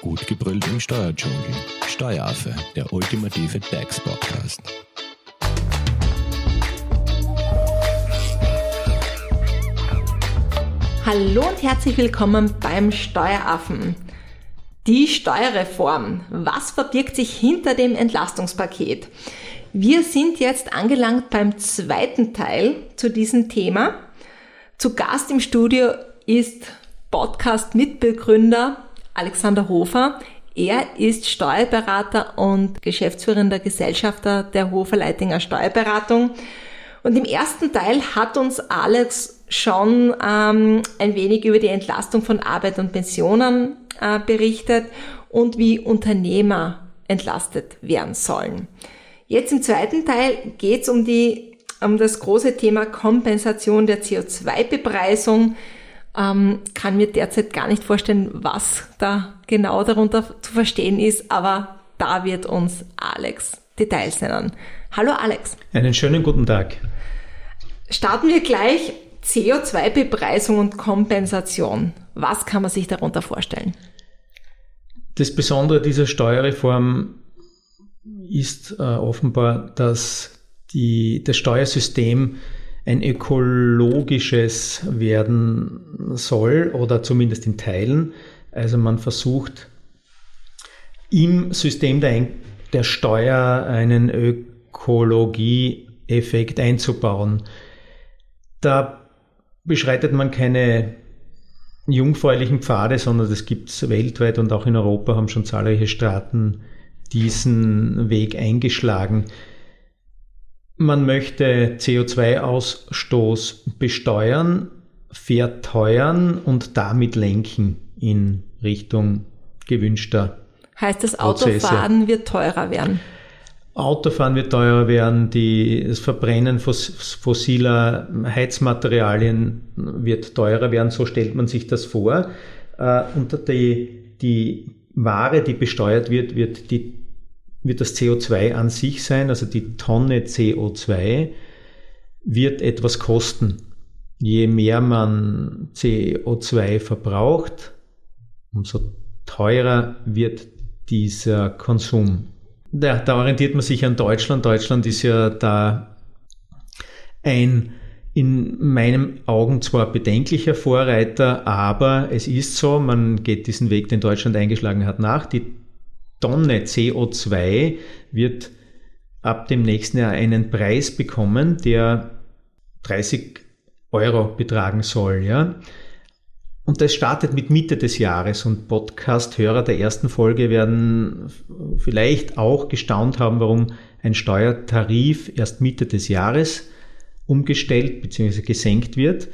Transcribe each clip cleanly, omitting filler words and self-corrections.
Gut gebrüllt im Steuerdschungel. Steueraffe, der ultimative DAX-Podcast. Hallo und herzlich willkommen beim Steueraffen. Die Steuerreform. Was verbirgt sich hinter dem Entlastungspaket? Wir sind jetzt angelangt beim zweiten Teil zu diesem Thema. Zu Gast im Studio ist Podcast-Mitbegründer Alexander Hofer. Er ist Steuerberater und geschäftsführender Gesellschafter der Hofer Leitinger Steuerberatung. Und im ersten Teil hat uns Alex schon ein wenig über die Entlastung von Arbeit und Pensionen berichtet und wie Unternehmer entlastet werden sollen. Jetzt im zweiten Teil geht es um das große Thema Kompensation der CO2-Bepreisung. Kann mir derzeit gar nicht vorstellen, was da genau darunter zu verstehen ist, aber da wird uns Alex Details nennen. Hallo Alex. Einen schönen guten Tag. Starten wir gleich. CO2-Bepreisung und Kompensation. Was kann man sich darunter vorstellen? Das Besondere dieser Steuerreform ist offenbar, dass das Steuersystem ein ökologisches werden soll oder zumindest in Teilen. Also man versucht im System der Steuer einen Ökologieeffekt einzubauen. Da beschreitet man keine jungfräulichen Pfade, sondern das gibt es weltweit und auch in Europa haben schon zahlreiche Staaten diesen Weg eingeschlagen. Man möchte CO2-Ausstoß besteuern, verteuern und damit lenken in Richtung gewünschter Heißt das, Prozesse. Autofahren wird teurer werden? Autofahren wird teurer werden, das Verbrennen fossiler Heizmaterialien wird teurer werden, so stellt man sich das vor. Und die Ware, die besteuert wird, wird das CO2 an sich sein, also die Tonne CO2 wird etwas kosten. Je mehr man CO2 verbraucht, umso teurer wird dieser Konsum. Ja, da orientiert man sich an Deutschland. Deutschland ist ja da ein in meinen Augen zwar bedenklicher Vorreiter, aber es ist so, man geht diesen Weg, den Deutschland eingeschlagen hat, nach. Die Tonne CO2 wird ab dem nächsten Jahr einen Preis bekommen, der 30 Euro betragen soll. Ja? Und das startet mit Mitte des Jahres und Podcast-Hörer der ersten Folge werden vielleicht auch gestaunt haben, warum ein Steuertarif erst Mitte des Jahres umgestellt bzw. gesenkt wird.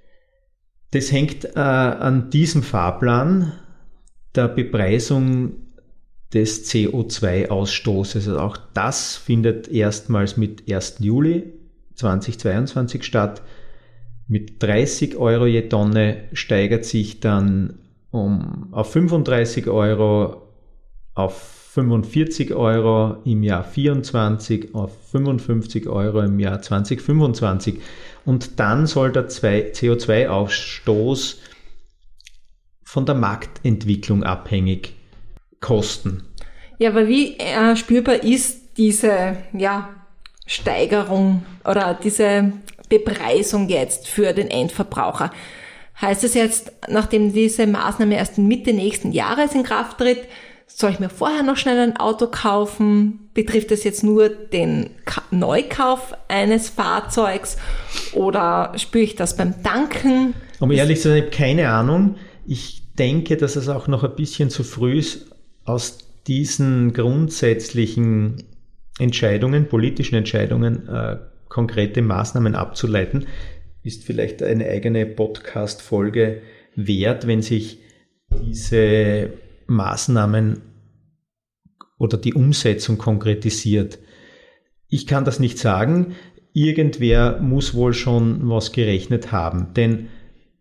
Das hängt an diesem Fahrplan der Bepreisung des CO2-Ausstoßes. Also auch das findet erstmals mit 1. Juli 2022 statt. Mit 30 Euro je Tonne steigert sich dann auf 35 Euro, auf 45 Euro im Jahr 24, auf 55 Euro im Jahr 2025. Und dann soll der CO2-Ausstoß von der Marktentwicklung abhängig kosten. Ja, aber wie spürbar ist diese Steigerung oder diese Bepreisung jetzt für den Endverbraucher? Heißt es jetzt, nachdem diese Maßnahme erst in Mitte nächsten Jahres in Kraft tritt, soll ich mir vorher noch schnell ein Auto kaufen? Betrifft es jetzt nur den Neukauf eines Fahrzeugs oder spüre ich das beim Tanken? Um ehrlich zu sein, ich habe keine Ahnung. Ich denke, dass es auch noch ein bisschen zu früh ist, aus diesen grundsätzlichen Entscheidungen, politischen Entscheidungen, konkrete Maßnahmen abzuleiten, ist vielleicht eine eigene Podcast-Folge wert, wenn sich diese Maßnahmen oder die Umsetzung konkretisiert. Ich kann das nicht sagen. Irgendwer muss wohl schon was gerechnet haben, denn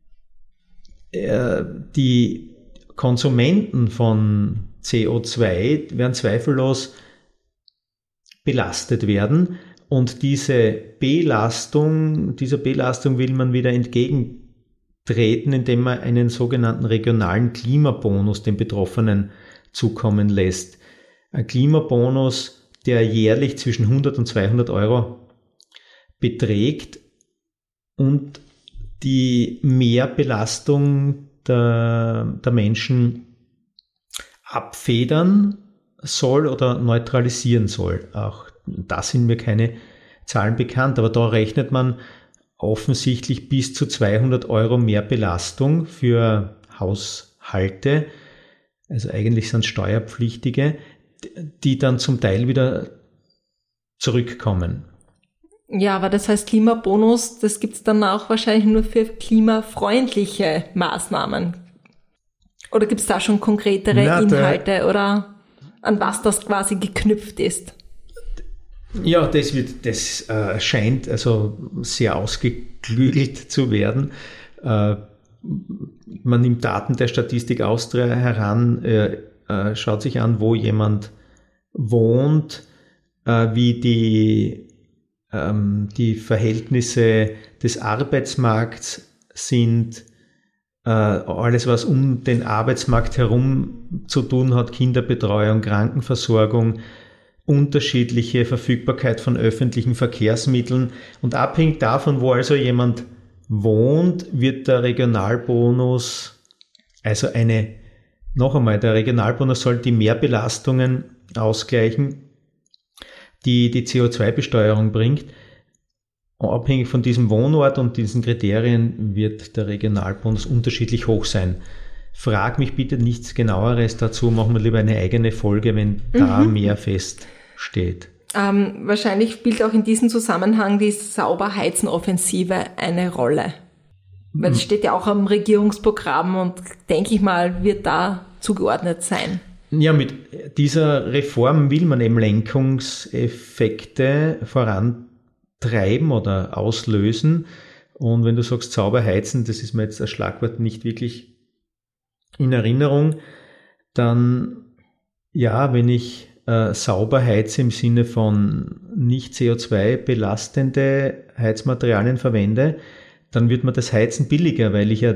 die Konsumenten von CO2 werden zweifellos belastet werden. Und dieser Belastung will man wieder entgegentreten, indem man einen sogenannten regionalen Klimabonus den Betroffenen zukommen lässt. Ein Klimabonus, der jährlich zwischen 100 und 200 Euro beträgt und die Mehrbelastung der Menschen abfedern soll oder neutralisieren soll. Auch da sind mir keine Zahlen bekannt, aber da rechnet man offensichtlich bis zu 200 Euro mehr Belastung für Haushalte, also eigentlich sind es Steuerpflichtige, die dann zum Teil wieder zurückkommen. Ja, aber das heißt Klimabonus, das gibt's dann auch wahrscheinlich nur für klimafreundliche Maßnahmen. Oder gibt's da schon konkretere Inhalte oder an was das quasi geknüpft ist? Ja, das scheint also sehr ausgeklügelt zu werden. Man nimmt Daten der Statistik Austria heran, schaut sich an, wo jemand wohnt, wie die Verhältnisse des Arbeitsmarkts sind, alles, was um den Arbeitsmarkt herum zu tun hat, Kinderbetreuung, Krankenversorgung, unterschiedliche Verfügbarkeit von öffentlichen Verkehrsmitteln. Und abhängig davon, wo also jemand wohnt, wird der Regionalbonus, also der Regionalbonus soll die Mehrbelastungen ausgleichen, die CO2-Besteuerung bringt. Abhängig von diesem Wohnort und diesen Kriterien wird der Regionalbonus unterschiedlich hoch sein. Frag mich bitte nichts Genaueres dazu, machen wir lieber eine eigene Folge, wenn da mehr feststeht. Wahrscheinlich spielt auch in diesem Zusammenhang die Sauberheizen-Offensive eine Rolle. Weil es steht ja auch am Regierungsprogramm und denke ich mal, wird da zugeordnet sein. Ja, mit dieser Reform will man eben Lenkungseffekte vorantreiben oder auslösen. Und wenn du sagst Sauberheizen, das ist mir jetzt ein Schlagwort nicht wirklich in Erinnerung, dann ja, wenn ich sauber heize im Sinne von nicht CO2-belastende Heizmaterialien verwende, dann wird mir das Heizen billiger, weil ich ja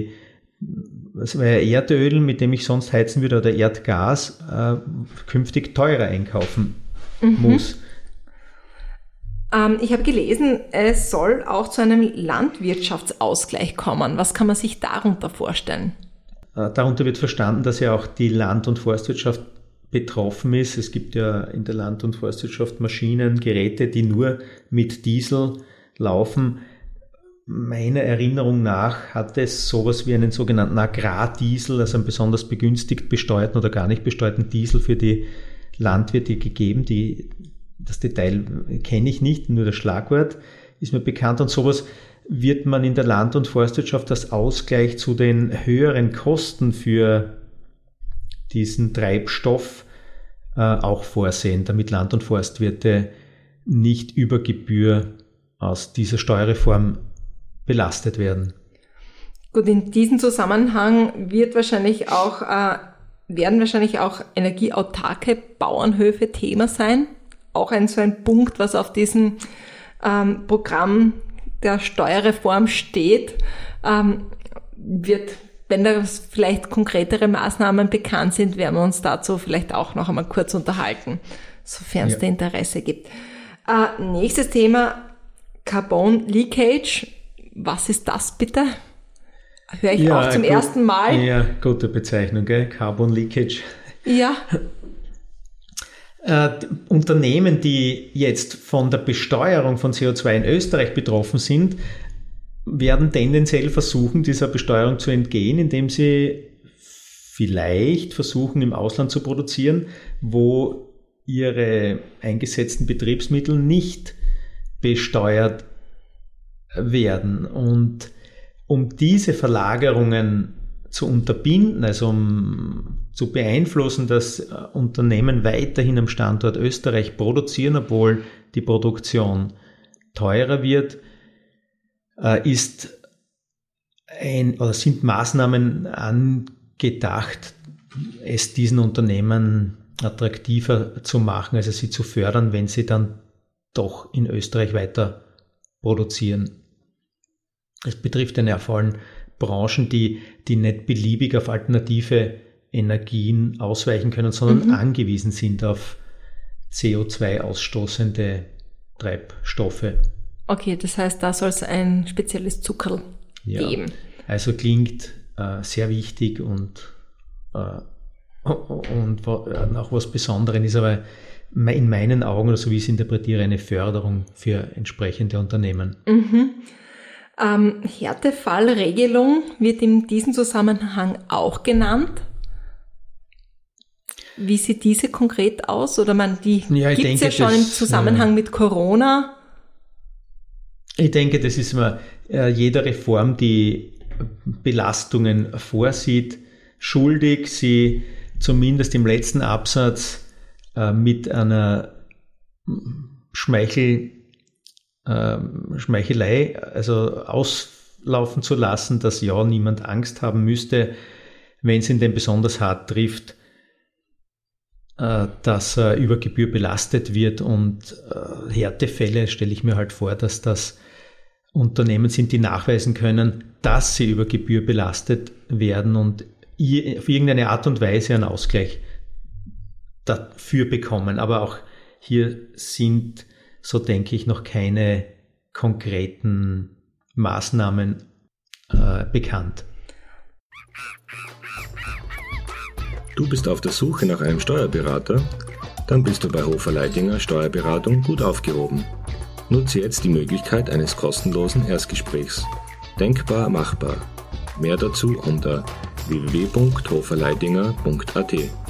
Erdöl, mit dem ich sonst heizen würde, oder Erdgas, künftig teurer einkaufen muss. Ich habe gelesen, es soll auch zu einem Landwirtschaftsausgleich kommen. Was kann man sich darunter vorstellen? Darunter wird verstanden, dass ja auch die Land- und Forstwirtschaft betroffen ist. Es gibt ja in der Land- und Forstwirtschaft Maschinen, Geräte, die nur mit Diesel laufen. Meiner Erinnerung nach hat es sowas wie einen sogenannten Agrardiesel, also einen besonders begünstigt besteuerten oder gar nicht besteuerten Diesel für die Landwirte gegeben. Das Detail kenne ich nicht, nur das Schlagwort ist mir bekannt. Und sowas wird man in der Land- und Forstwirtschaft als Ausgleich zu den höheren Kosten für diesen Treibstoff auch vorsehen, damit Land- und Forstwirte nicht über Gebühr aus dieser Steuerreform belastet werden. Gut, in diesem Zusammenhang werden wahrscheinlich auch energieautarke Bauernhöfe Thema sein. Auch so ein Punkt, was auf diesem Programm der Steuerreform steht, wenn da vielleicht konkretere Maßnahmen bekannt sind, werden wir uns dazu vielleicht auch noch einmal kurz unterhalten, sofern es da Interesse gibt. Nächstes Thema, Carbon Leakage. Was ist das bitte? Höre ich auch zum ersten Mal. Ja, gute Bezeichnung, gell? Carbon Leakage. Ja. Unternehmen, die jetzt von der Besteuerung von CO2 in Österreich betroffen sind, werden tendenziell versuchen, dieser Besteuerung zu entgehen, indem sie vielleicht versuchen, im Ausland zu produzieren, wo ihre eingesetzten Betriebsmittel nicht besteuert werden. Und um diese Verlagerungen zu unterbinden, also um zu beeinflussen, dass Unternehmen weiterhin am Standort Österreich produzieren, obwohl die Produktion teurer wird, sind Maßnahmen angedacht, es diesen Unternehmen attraktiver zu machen, also sie zu fördern, wenn sie dann doch in Österreich weiter produzieren. Es betrifft dann ja vor allem Branchen, die nicht beliebig auf alternative Energien ausweichen können, sondern angewiesen sind auf CO2 ausstoßende Treibstoffe. Okay, das heißt, da soll es ein spezielles Zuckerl geben. Also klingt sehr wichtig und auch was Besonderes ist, aber in meinen Augen, oder so wie ich es interpretiere, eine Förderung für entsprechende Unternehmen. Härtefallregelung wird in diesem Zusammenhang auch genannt. Wie sieht diese konkret aus? Oder die gibt es ja schon im Zusammenhang mit Corona. Ich denke, das ist immer jede Reform, die Belastungen vorsieht, schuldig, sie zumindest im letzten Absatz mit einer Schmeichelei, also auslaufen zu lassen, dass ja niemand Angst haben müsste, wenn es ihn denn besonders hart trifft, dass er über Gebühr belastet wird. Und Härtefälle stelle ich mir halt vor, dass das Unternehmen sind, die nachweisen können, dass sie über Gebühr belastet werden und auf irgendeine Art und Weise einen Ausgleich dafür bekommen. Aber auch hier sind, so denke ich, noch keine konkreten Maßnahmen bekannt. Du bist auf der Suche nach einem Steuerberater? Dann bist du bei Hofer Leidinger Steuerberatung gut aufgehoben. Nutze jetzt die Möglichkeit eines kostenlosen Erstgesprächs. Denkbar machbar. Mehr dazu unter www.hoferleidinger.at.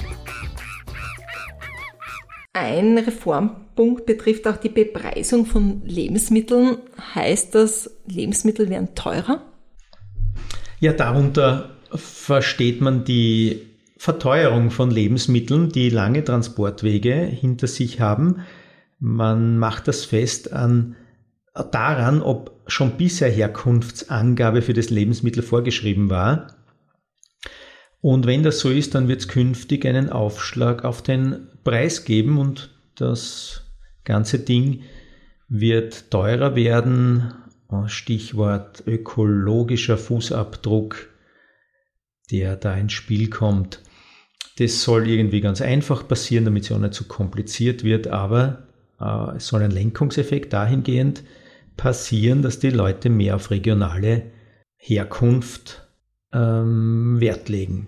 Ein Reformpunkt betrifft auch die Bepreisung von Lebensmitteln. Heißt das, Lebensmittel werden teurer? Ja, darunter versteht man die Verteuerung von Lebensmitteln, die lange Transportwege hinter sich haben. Man macht das fest daran, ob schon bisher Herkunftsangabe für das Lebensmittel vorgeschrieben war. Und wenn das so ist, dann wird es künftig einen Aufschlag auf den Preis geben und das ganze Ding wird teurer werden. Stichwort ökologischer Fußabdruck, der da ins Spiel kommt. Das soll irgendwie ganz einfach passieren, damit es auch nicht so kompliziert wird, aber es soll ein Lenkungseffekt dahingehend passieren, dass die Leute mehr auf regionale Herkunft Wert legen.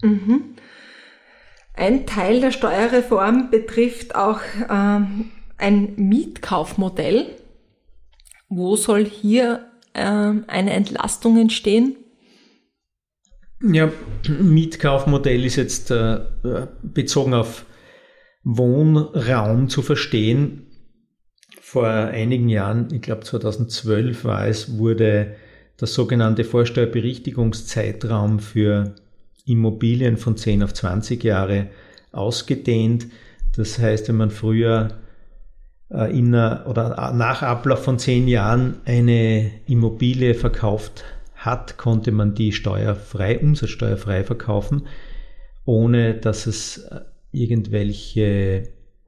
Ein Teil der Steuerreform betrifft auch ein Mietkaufmodell. Wo soll hier eine Entlastung entstehen? Ja, Mietkaufmodell ist jetzt bezogen auf Wohnraum zu verstehen. Vor einigen Jahren, ich glaube 2012 war es, wurde der sogenannte Vorsteuerberichtigungszeitraum für Immobilien von 10 auf 20 Jahre ausgedehnt. Das heißt, wenn man früher nach Ablauf von 10 Jahren eine Immobilie verkauft hat, konnte man die umsatzsteuerfrei verkaufen, ohne dass es irgendwelche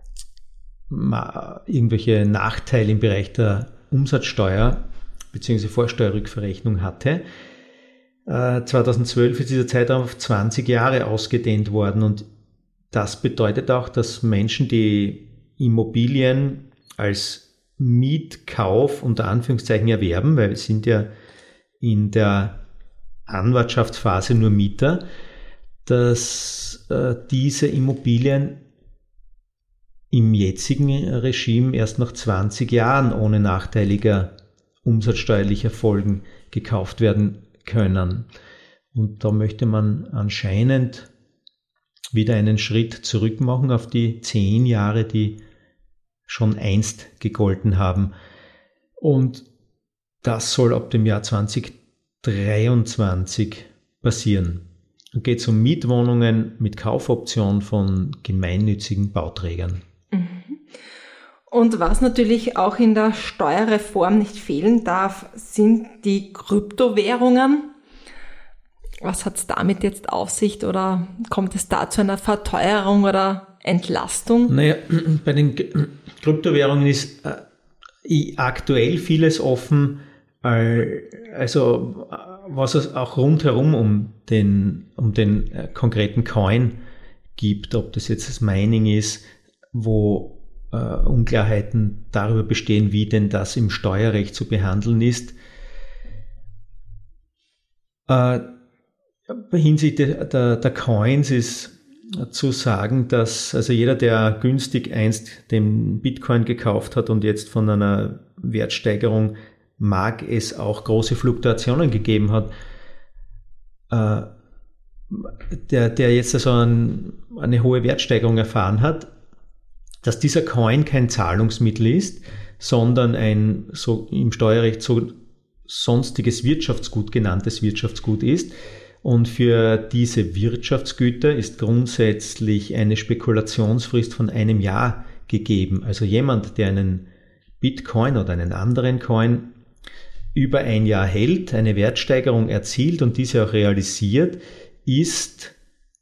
Nachteile im Bereich der Umsatzsteuer bzw. Vorsteuerrückverrechnung hatte. 2012 ist dieser Zeitraum auf 20 Jahre ausgedehnt worden und das bedeutet auch, dass Menschen, die Immobilien als Mietkauf unter Anführungszeichen erwerben, weil wir sind ja in der Anwartschaftsphase nur Mieter, dass diese Immobilien im jetzigen Regime erst nach 20 Jahren ohne nachteiliger umsatzsteuerlicher Folgen gekauft werden können. Und da möchte man anscheinend wieder einen Schritt zurück machen auf die 10 Jahre, die schon einst gegolten haben. Und das soll ab dem Jahr 2023 passieren. Es geht um Mietwohnungen mit Kaufoption von gemeinnützigen Bauträgern. Und was natürlich auch in der Steuerreform nicht fehlen darf, sind die Kryptowährungen. Was hat es damit jetzt auf sich oder kommt es da zu einer Verteuerung oder Entlastung? Naja, bei den Kryptowährungen ist aktuell vieles offen, Also was es auch rundherum um den konkreten Coin gibt, ob das jetzt das Mining ist, wo Unklarheiten darüber bestehen, wie denn das im Steuerrecht zu behandeln ist. Hinsichtlich der Coins ist zu sagen, dass also jeder, der günstig einst den Bitcoin gekauft hat und jetzt von einer Wertsteigerung mag es auch große Fluktuationen gegeben hat, der jetzt also eine hohe Wertsteigerung erfahren hat, dass dieser Coin kein Zahlungsmittel ist, sondern ein so im Steuerrecht so sonstiges Wirtschaftsgut genanntes Wirtschaftsgut ist. Und für diese Wirtschaftsgüter ist grundsätzlich eine Spekulationsfrist von 1 Jahr gegeben. Also jemand, der einen Bitcoin oder einen anderen Coin über 1 Jahr hält, eine Wertsteigerung erzielt und diese auch realisiert, ist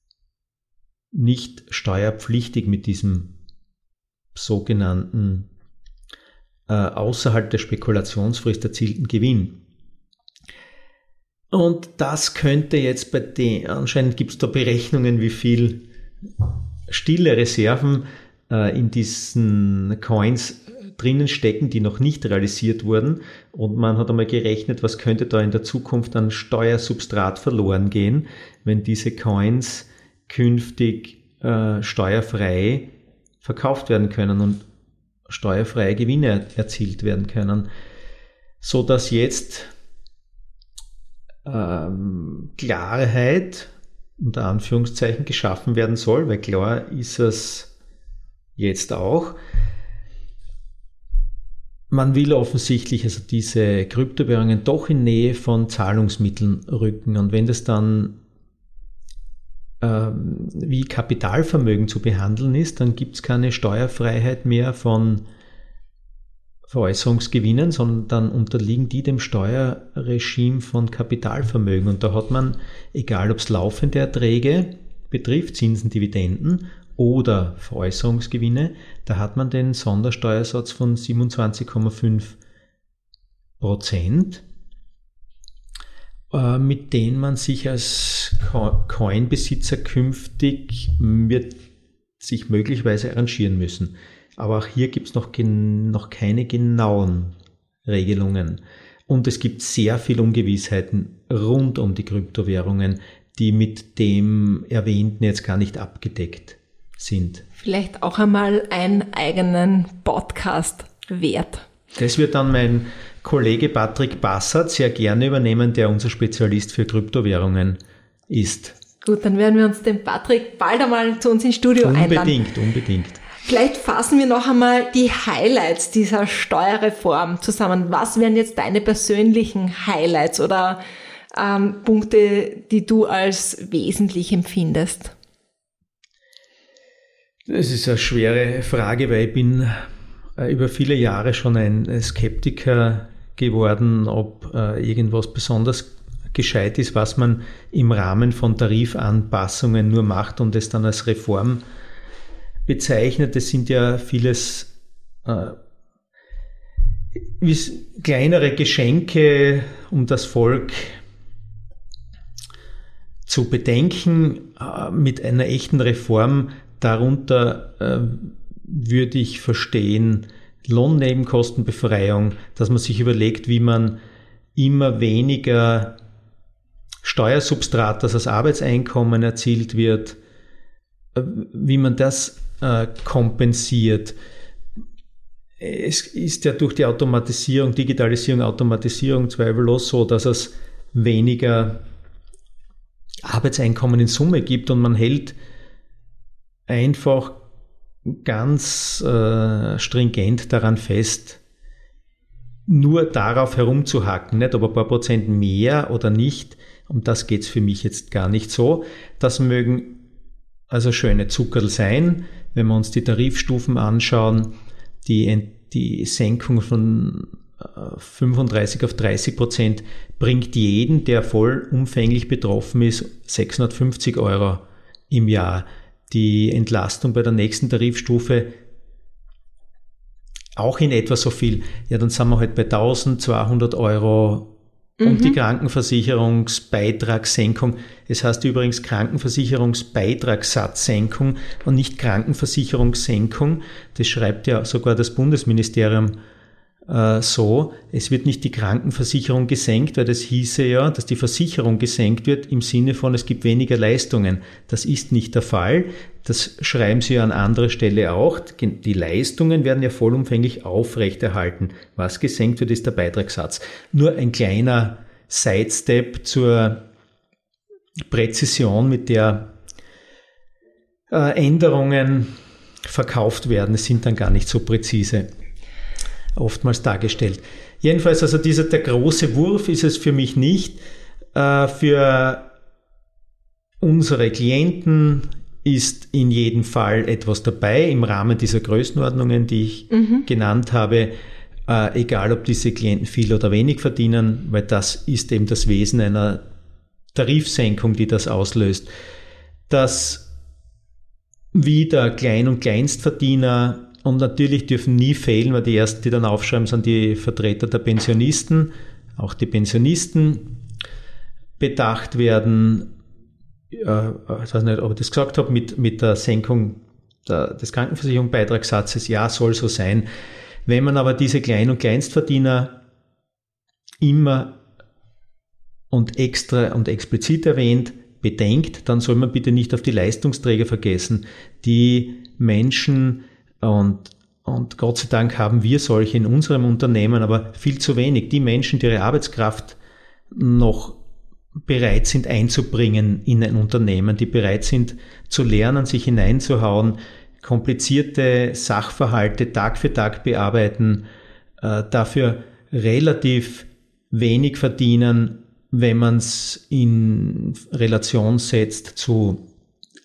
nicht steuerpflichtig mit diesem sogenannten außerhalb der Spekulationsfrist erzielten Gewinn. Und das könnte jetzt anscheinend gibt es da Berechnungen, wie viel stille Reserven in diesen Coins drinnen stecken, die noch nicht realisiert wurden. Und man hat einmal gerechnet, was könnte da in der Zukunft an Steuersubstrat verloren gehen, wenn diese Coins künftig steuerfrei verkauft werden können und steuerfreie Gewinne erzielt werden können, so dass jetzt Klarheit unter Anführungszeichen geschaffen werden soll, weil klar ist es jetzt auch. Man will offensichtlich also diese Kryptowährungen doch in Nähe von Zahlungsmitteln rücken, und wenn das dann wie Kapitalvermögen zu behandeln ist, dann gibt es keine Steuerfreiheit mehr von Veräußerungsgewinnen, sondern dann unterliegen die dem Steuerregime von Kapitalvermögen. Und da hat man, egal ob es laufende Erträge betrifft, Zinsen, Dividenden oder Veräußerungsgewinne, da hat man den Sondersteuersatz von 27,5%, mit denen man sich als Coin-Besitzer künftig wird sich möglicherweise arrangieren müssen. Aber auch hier gibt es noch keine genauen Regelungen. Und es gibt sehr viele Ungewissheiten rund um die Kryptowährungen, die mit dem Erwähnten jetzt gar nicht abgedeckt sind. Vielleicht auch einmal einen eigenen Podcast wert. Das wird dann mein Kollege Patrick Bassert sehr gerne übernehmen, der unser Spezialist für Kryptowährungen ist. Gut, dann werden wir uns den Patrick bald einmal zu uns ins Studio einladen. Unbedingt. Vielleicht fassen wir noch einmal die Highlights dieser Steuerreform zusammen. Was wären jetzt deine persönlichen Highlights oder Punkte, die du als wesentlich empfindest? Das ist eine schwere Frage, weil ich bin über viele Jahre schon ein Skeptiker geworden, ob irgendwas besonders gescheit ist, was man im Rahmen von Tarifanpassungen nur macht und es dann als Reform bezeichnet. Das sind ja vieles kleinere Geschenke, um das Volk zu bedenken. Mit einer echten Reform darunter würde ich verstehen Lohnnebenkostenbefreiung, dass man sich überlegt, wie man immer weniger Steuersubstrat, das als Arbeitseinkommen erzielt wird, wie man das kompensiert. Es ist ja durch die Digitalisierung zweifellos so, dass es weniger Arbeitseinkommen in Summe gibt und man hält einfach ganz stringent daran fest, nur darauf herumzuhacken, nicht ob ein paar Prozent mehr oder nicht, um das geht es für mich jetzt gar nicht so. Das mögen also schöne Zuckerl sein, wenn wir uns die Tarifstufen anschauen, die Senkung von 35 auf 30% bringt jeden, der vollumfänglich betroffen ist, 650 € im Jahr. Die Entlastung bei der nächsten Tarifstufe auch in etwa so viel. Ja, dann sind wir halt bei 1.200 Euro und die Krankenversicherungsbeitragssenkung. Es heißt übrigens Krankenversicherungsbeitragssatzsenkung und nicht Krankenversicherungssenkung. Das schreibt ja sogar das Bundesministerium so. Es wird nicht die Krankenversicherung gesenkt, weil das hieße ja, dass die Versicherung gesenkt wird im Sinne von, es gibt weniger Leistungen. Das ist nicht der Fall. Das schreiben sie ja an anderer Stelle auch. Die Leistungen werden ja vollumfänglich aufrechterhalten. Was gesenkt wird, ist der Beitragssatz. Nur ein kleiner Sidestep zur Präzision, mit der Änderungen verkauft werden. Es sind dann gar nicht so präzise oftmals dargestellt. Jedenfalls, also der große Wurf ist es für mich nicht. Für unsere Klienten ist in jedem Fall etwas dabei im Rahmen dieser Größenordnungen, die ich genannt habe, egal ob diese Klienten viel oder wenig verdienen, weil das ist eben das Wesen einer Tarifsenkung, die das auslöst. Dass wieder Klein- und Kleinstverdiener, und natürlich dürfen nie fehlen, weil die ersten, die dann aufschreiben, sind die Vertreter der Pensionisten, auch die Pensionisten bedacht werden. Ich weiß nicht, ob ich das gesagt habe, mit der Senkung des Krankenversicherungsbeitragssatzes, ja, soll so sein. Wenn man aber diese Klein- und Kleinstverdiener immer und extra und explizit erwähnt, bedenkt, dann soll man bitte nicht auf die Leistungsträger vergessen, die Menschen, und Gott sei Dank haben wir solche in unserem Unternehmen, aber viel zu wenig, die Menschen, die ihre Arbeitskraft noch bereit sind einzubringen in ein Unternehmen, die bereit sind zu lernen, sich hineinzuhauen, komplizierte Sachverhalte Tag für Tag bearbeiten, dafür relativ wenig verdienen, wenn man es in Relation setzt zu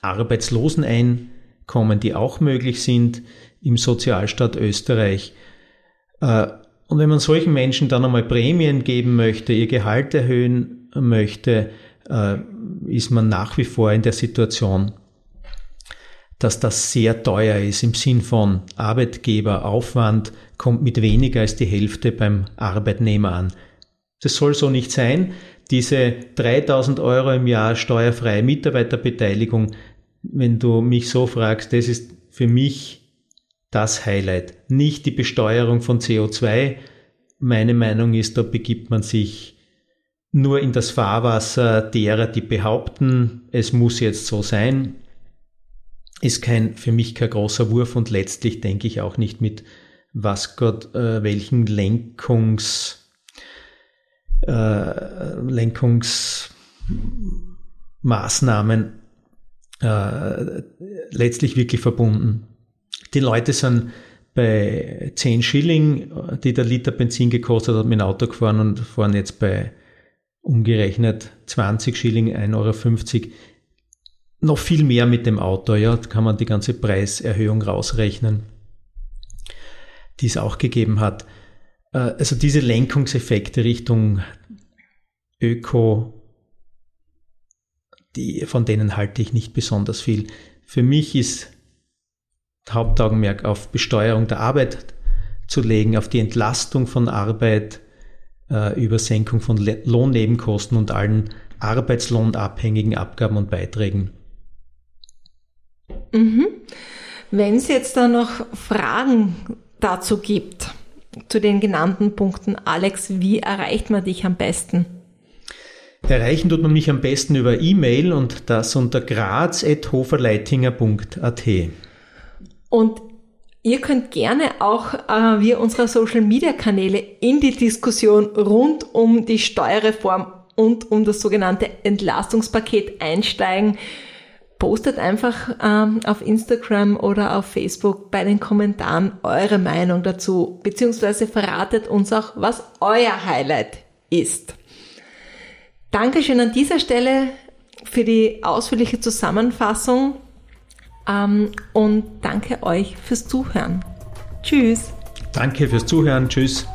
Arbeitsloseneinkommen, die auch möglich sind im Sozialstaat Österreich. Und wenn man solchen Menschen dann einmal Prämien geben möchte, ihr Gehalt erhöhen möchte, ist man nach wie vor in der Situation, dass das sehr teuer ist im Sinn von Arbeitgeberaufwand kommt mit weniger als die Hälfte beim Arbeitnehmer an. Das soll so nicht sein. Diese 3.000 Euro im Jahr steuerfreie Mitarbeiterbeteiligung, wenn du mich so fragst, das ist für mich das Highlight. Nicht die Besteuerung von CO2. Meine Meinung ist, da begibt man sich nur in das Fahrwasser derer, die behaupten, es muss jetzt so sein. Ist für mich kein großer Wurf und letztlich denke ich auch nicht mit welchen Lenkungsmaßnahmen letztlich wirklich verbunden. Die Leute sind bei 10 Schilling, die der Liter Benzin gekostet hat, mit dem Auto gefahren und fahren jetzt bei umgerechnet 20 Schilling, 1,50 Euro, noch viel mehr mit dem Auto. Ja, da kann man die ganze Preiserhöhung rausrechnen, die es auch gegeben hat. Also diese Lenkungseffekte Richtung Öko, von denen halte ich nicht besonders viel. Für mich ist Hauptaugenmerk auf Besteuerung der Arbeit zu legen, auf die Entlastung von Arbeit über Senkung von Lohnnebenkosten und allen arbeitslohnabhängigen Abgaben und Beiträgen. Wenn es jetzt da noch Fragen dazu gibt, zu den genannten Punkten, Alex, wie erreicht man dich am besten? Erreichen tut man mich am besten über E-Mail und das unter graz@hoferleitinger.at. Und ihr könnt gerne auch via unserer Social-Media-Kanäle in die Diskussion rund um die Steuerreform und um das sogenannte Entlastungspaket einsteigen. Postet einfach auf Instagram oder auf Facebook bei den Kommentaren eure Meinung dazu, beziehungsweise verratet uns auch, was euer Highlight ist. Dankeschön an dieser Stelle für die ausführliche Zusammenfassung. Und danke euch fürs Zuhören. Tschüss. Danke fürs Zuhören. Tschüss.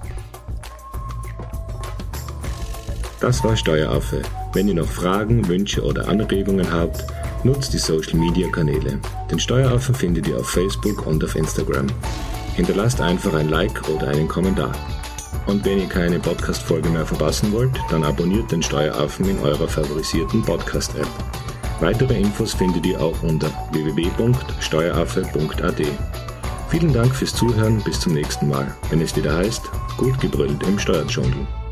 Das war Steueraffe. Wenn ihr noch Fragen, Wünsche oder Anregungen habt, nutzt die Social Media Kanäle. Den Steueraffen findet ihr auf Facebook und auf Instagram. Hinterlasst einfach ein Like oder einen Kommentar. Und wenn ihr keine Podcast-Folge mehr verpassen wollt, dann abonniert den Steueraffen in eurer favorisierten Podcast-App. Weitere Infos findet ihr auch unter www.steueraffe.at. Vielen Dank fürs Zuhören, bis zum nächsten Mal, wenn es wieder heißt, gut gebrüllt im Steuerdschungel.